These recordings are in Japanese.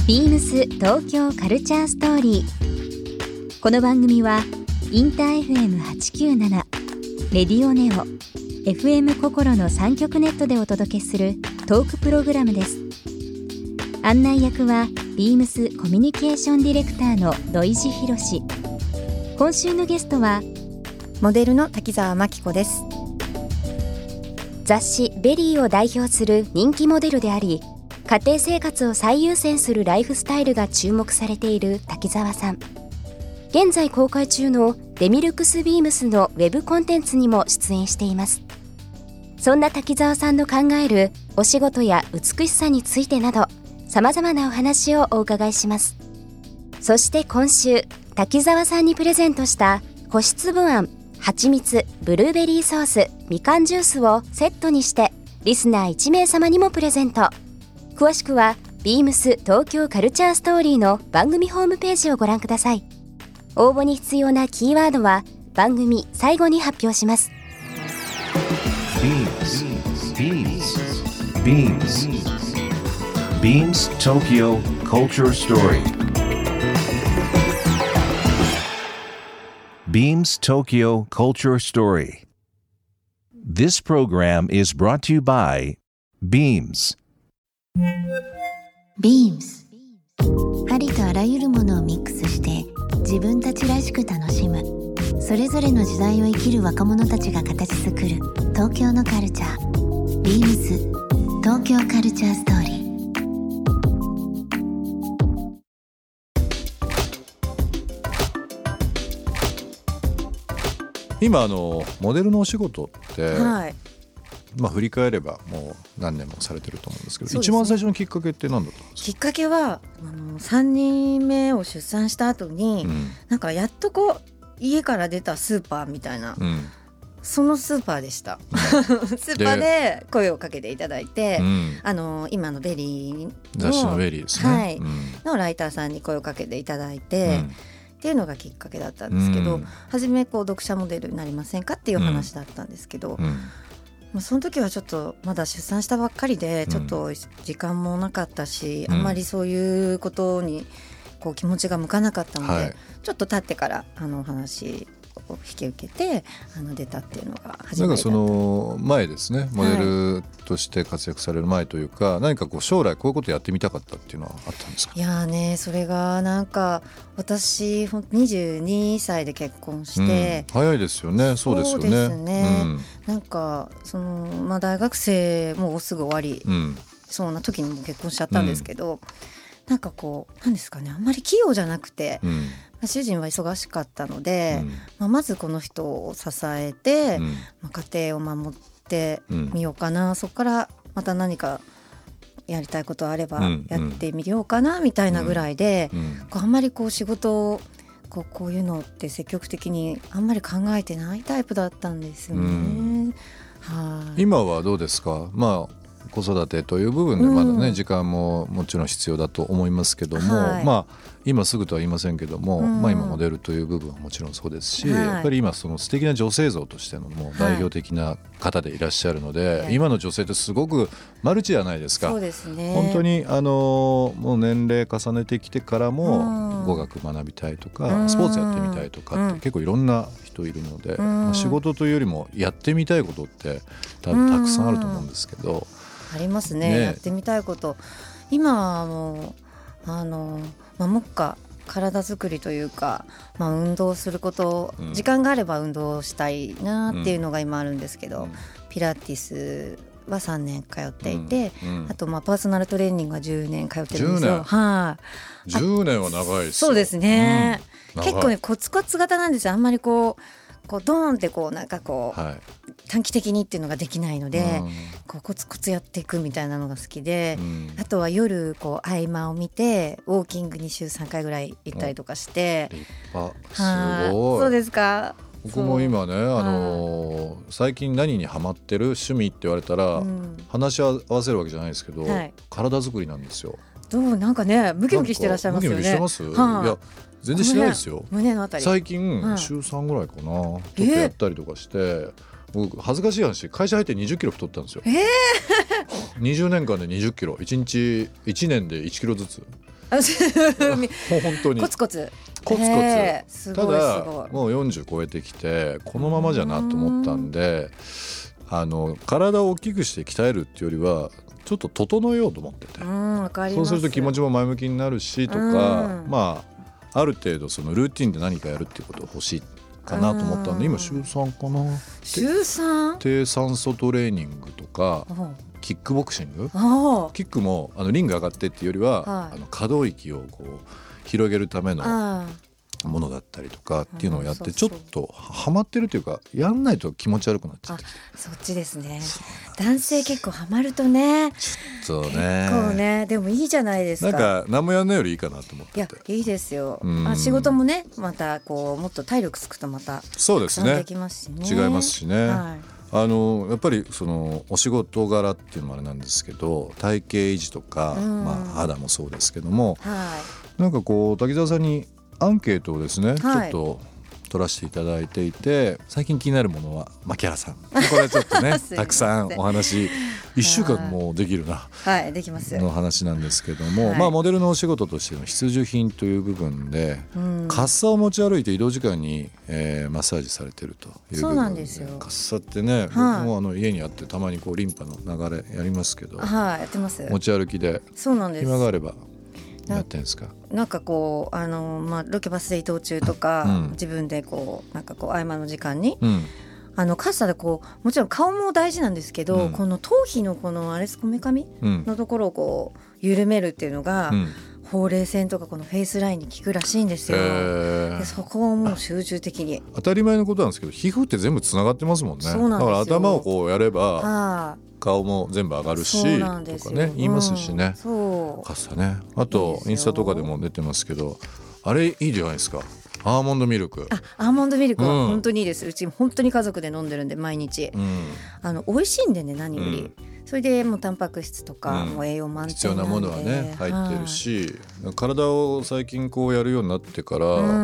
ビームス東京カルチャーストーリー。この番組はインター FM897 レディオネオ FM 心の3極ネットでお届けするトークプログラムです。案内役はビームスコミュニケーションディレクターの土井博志。今週のゲストはモデルの滝沢真紀子です。 雑誌ベリーを代表する人気モデルであり、家庭生活を最優先するライフスタイルが注目されている滝沢さん。現在公開中のデミルクスビームスのウェブコンテンツにも出演しています。そんな滝沢さんの考えるお仕事や美しさについてなど、様々なお話をお伺いします。そして今週、滝沢さんにプレゼントした個室部あん、蜂蜜、ブルーベリーソース、みかんジュースをセットにしてリスナー1名様にもプレゼント。詳しくはビームス東京カルチャーストーリーの番組ホームページをご覧ください。応募に必要なキーワードは番組最後に発表します。 Beams Tokyo Culture Story. Beams Tokyo Culture Story. This program is brought to you by Beams. Beams ありとあらゆるものをミックスして自分たちらしく楽しむ、それぞれの時代を生きる若者たちが形作る東京のカルチャー。 Beams 東京カルチャーストーリー。 今モデルのお仕事って、 はい、 振り返ればもう何年もされてると思うんですけど、 そうですね、 一番最初のきっかけって何だったんですか？ きっかけは3人目を出産した後に、なんかやっとこう家から出たスーパーみたいな、そのスーパーでしたスーパーで声をかけていただいて、今のベリーの雑誌のベリーですね、 はい、のライターさんに声をかけていただいて、っていうのがきっかけだったんですけど、初め読者モデルになりませんかっていう話だったんですけど、その時はちょっとまだ出産したばっかりでちょっと時間もなかったし、あんまりそういうことにこう気持ちが向かなかったので、ちょっと経ってからお話を引き受けて出たっていうのが初めてだった。 なんかその前ですね、モデルとして活躍される前というか、何かこう将来こういうことやってみたかったっていうのはあったんですか？ いやね、それがなんか私22歳で結婚して、 早いですよね。そうですよね。 そうですね、なんか大学生もうすぐ終わり、そんな時にも結婚しちゃったんですけど、なんかこうなんですかね、あんまり器用じゃなくて、主人は忙しかったので、まずこの人を支えて、家庭を守ってみようかな、そこからまた何かやりたいことあればやってみようかなみたいなぐらいで、あんまりこう仕事をこういうのって積極的にあんまり考えてないタイプだったんですよね。 今はどうですか？子育てという部分でまだね、時間ももちろん必要だと思いますけども、今すぐとは言いませんけども、今モデルという部分はもちろんそうですし、やっぱり今その素敵な女性像としてのもう代表的な方でいらっしゃるので、今の女性ってすごくマルチじゃないですか。 そうですね、 本当にもう年齢重ねてきてからも語学学びたいとか、スポーツやってみたいとかって結構いろんな人いるので、仕事というよりもやってみたいことって多分たくさんあると思うんですけど、 ありますね、やってみたいこと。今はもう目下体作りというか、運動すること、時間があれば運動したいなっていうのが今あるんですけど、ピラティスは3年通っていて、あとパーソナルトレーニングは10年通ってるんですよ。 10年は長いですよ。そうですね、結構ねコツコツ型なんですよ。あんまりこうドーンってなんか短期的にっていうのができないので、コツコツやっていくみたいなのが好きで、あとは夜合間を見てウォーキングに週3回ぐらい行ったりとかして。 立派、すごい。 そうですか。 僕も今ね、最近何にハマってる趣味って言われたら、話を合わせるわけじゃないですけど、体作りなんですよ。 なんかね、ムキムキしてらっしゃいますよね。 ムキムキしてます？いや全然しないですよ。 胸のあたり最近週3ぐらいかな、ちょっとやったりとかして、僕恥ずかしい話、会社入って20キロ太ったんですよ。20年間で20キロ、1年で1キロずつ。 本当にコツコツコツコツ。 すごいただもう40超えてきてこのままじゃなと思ったんで、体を大きくして鍛えるっていうよりはちょっと整えようと思ってて、 わかります。 そうすると気持ちも前向きになるしとか、まあある程度そのルーティンで何かやるっていうことが欲しいかなと思ったんで、今週3かな。 週 3？ 低酸素トレーニングとかキックボクシング。キックもリング上がってっていうよりは、可動域をこう広げるためのものだったりとかっていうのをやってちょっとハマってるというか、やんないと気持ち悪くなっちゃって。 そっちですね。男性結構ハマるとね、 ちょっとね、 結構ね。でもいいじゃないですか。 なんか何もやんないよりいいかなと思ってて。 いやいいですよ。仕事もねまたこうもっと体力つくとまたそうですね、 できますしね、 違いますしね、やっぱりそのお仕事柄っていうのもあれなんですけど、体型維持とか、肌もそうですけども、なんかこう滝沢さんにアンケートをですね、ちょっと取らせていただいていて、最近気になるものは牧原さん、これちょっとねたくさんお話1週間もできるな、 できますの話なんですけども、モデルのお仕事としての必需品という部分で、カッサを持ち歩いて移動時間に、マッサージされてるという部分で。そうなんですよ。カッサってね、僕も家にあってたまにこうリンパの流れやりますけど、 やってます。 持ち歩きで。そうなんです。暇があればやってんですか。 なんかこうロケバスで移動中とか、自分でこうなんかこう合間の時間に、カッサでこうもちろん顔も大事なんですけど、この頭皮のこのこめかみのところをこう緩めるっていうのが、ほうれい線とかこのフェイスラインに効くらしいんですよ。でそこをもう集中的に。 当たり前のことなんですけど、皮膚って全部つながってますもんね。そうなんですよ。だから頭をこうやれば、顔も全部上がるしとかね言いますしね。カッサね。あとインスタとかでも出てますけど、あれいいじゃないですか。アーモンドミルク。 アーモンドミルクは本当にいいです。うち本当に家族で飲んでるんで毎日、美味しいんでね、何より、それでもうタンパク質とか、もう栄養満点なんで必要なものはね入ってるし、体を最近こうやるようになってから、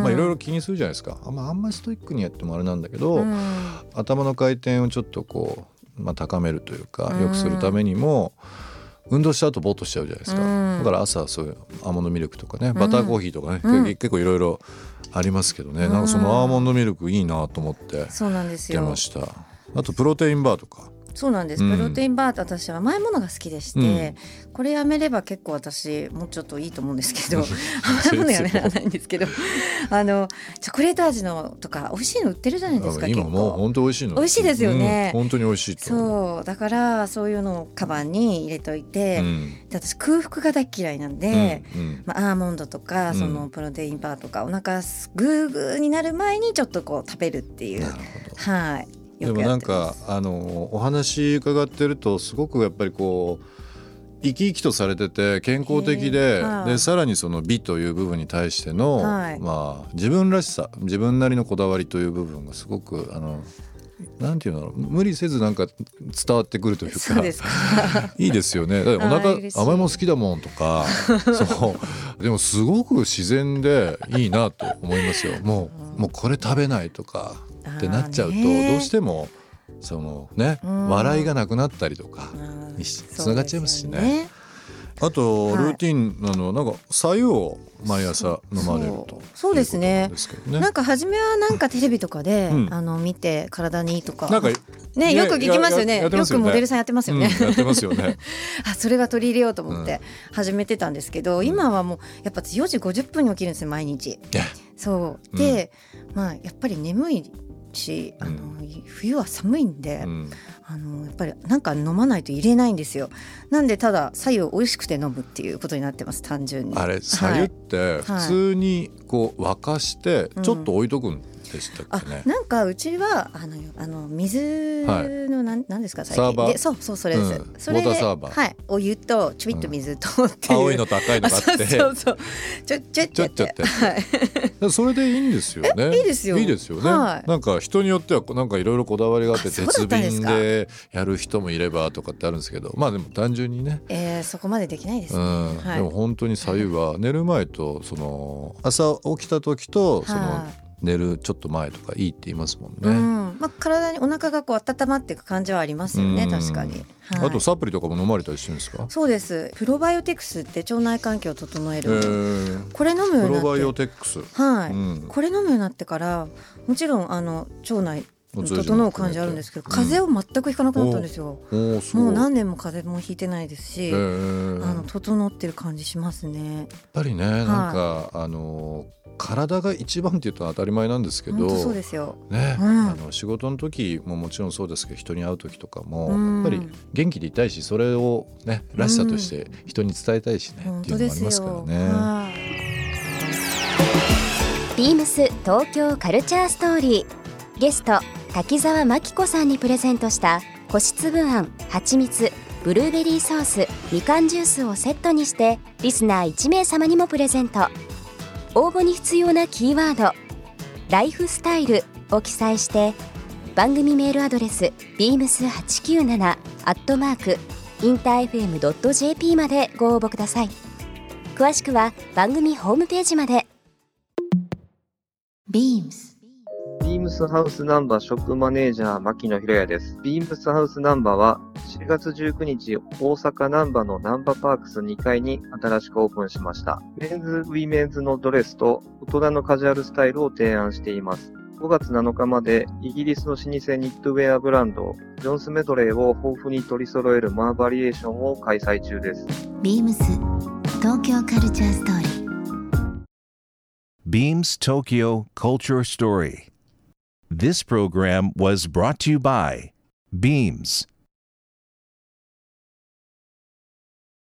いろいろ気にするじゃないですか。あんまりストイックにやってもあれなんだけど、頭の回転をちょっとこう高めるというか良くするためにも、運動した後ボーっとしちゃうじゃないですか。だから朝そういうアーモンドミルクとかね、バターコーヒーとかね、結構いろいろありますけどね、なんかそのアーモンドミルクいいなと思って出ました。あとプロテインバーとか。 そうなんです。プロテインバーって私は甘いものが好きでして、これやめれば結構私もうちょっといいと思うんですけど甘いものやめられないんですけどチョコレート味のとか美味しいの売ってるじゃないですか。 今もう本当美味しいの。 美味しいですよね、 本当に美味しいと。 そうだからそういうのをカバンに入れといて、で私空腹が大嫌いなんで、アーモンドとかそのプロテインバーとか、お腹グーグーになる前にちょっとこう食べるっていう。 でもなんかお話伺ってるとすごくやっぱりこう生き生きとされてて健康的で、さらにその美という部分に対しての、自分らしさ、自分なりのこだわりという部分がすごくなんていうの、無理せずなんか伝わってくるというか。 そうですかいいですよね。お腹甘いもの好きだもんとかそうでもすごく自然でいいなと思いますよ。もうこれ食べないとかってなっちゃうと、どうしてもそのね、笑いがなくなったりとかにつながっちゃいますしね。あとルーティンなの、なんか白湯を毎朝飲まれると。 そうですね。なんか初めはなんかテレビとかで、見て体にいいとか、なんかね、よく聞きますよね。よくモデルさんやってますよね。 やってますよね。 それが取り入れようと思って始めてたんですけど、今はもうやっぱ4時50分に起きるんですよ、毎日。そうで、やっぱり眠いし、冬は寒いんで、やっぱりなんか飲まないと入れないんですよ。なんでただ白湯を美味しくて飲むっていうことになってます、単純に。 あれ白湯って普通にこう沸かしてちょっと置いとくんでしたっけね。 なんかうちは水のなんですか、最近サーバーで、そうそれです、それでウォーターサーバー、お湯とちょびっと水とっていう、 青いのと赤いのがあってそうちょってそれでいいんですよね。 いいですよ。 いいですよね。なんか人によってはなんかいろいろこだわりがあって、鉄瓶でやる人もいればとかってあるんですけど、でも単純にね、 そこまでできないですね。 でも本当に白湯は寝る前とその朝起きた時とその寝るちょっと前とかいいって言いますもんね、 まあ、体にお腹がこう温まっていく感じはありますよね、確かに、 あとサプリとかも飲まれたりしてるんですか？ そうです。プロバイオティクスって腸内環境を整える、これ飲むようになって、 プロバイオテックス、 これ飲むようになってからもちろん腸内整う感じあるんですけど、風邪を全くひかなくなったんですよ。もう何年も風邪もひいてないですし、整ってる感じしますね。 やっぱりね、なんか体が一番っていうと当たり前なんですけど、 本当そうですよ、 ね、仕事の時ももちろんそうですけど、人に会う時とかもやっぱり元気でいたいし、それをねらしさとして人に伝えたいしね、っていうのもありますからね。 ビームス東京カルチャーストーリー、ゲスト滝沢真紀子さんにプレゼントした個室分あん、蜂蜜、ブルーベリーソース、みかんジュースをセットにしてリスナー1名様にもプレゼント。応募に必要なキーワードライフスタイルを記載して番組メールアドレス beams897@interfm.jp までご応募ください。詳しくは番組ホームページまで。 ビームスハウスナンバーショップマネージャー牧野博也です。ビームスハウスナンバーは4月19日大阪ナンバーのナンバーパークス2階に新しくオープンしました。メンズ・ウィメンズのドレスと大人のカジュアルスタイルを提案しています。5月7日までイギリスの老舗ニットウェアブランドジョンスメドレーを豊富に取り揃えるマーバリエーションを開催中です。 ビームス東京カルチャーストーリー、 Beams Tokyo Culture Story. This program was brought to you by Beams.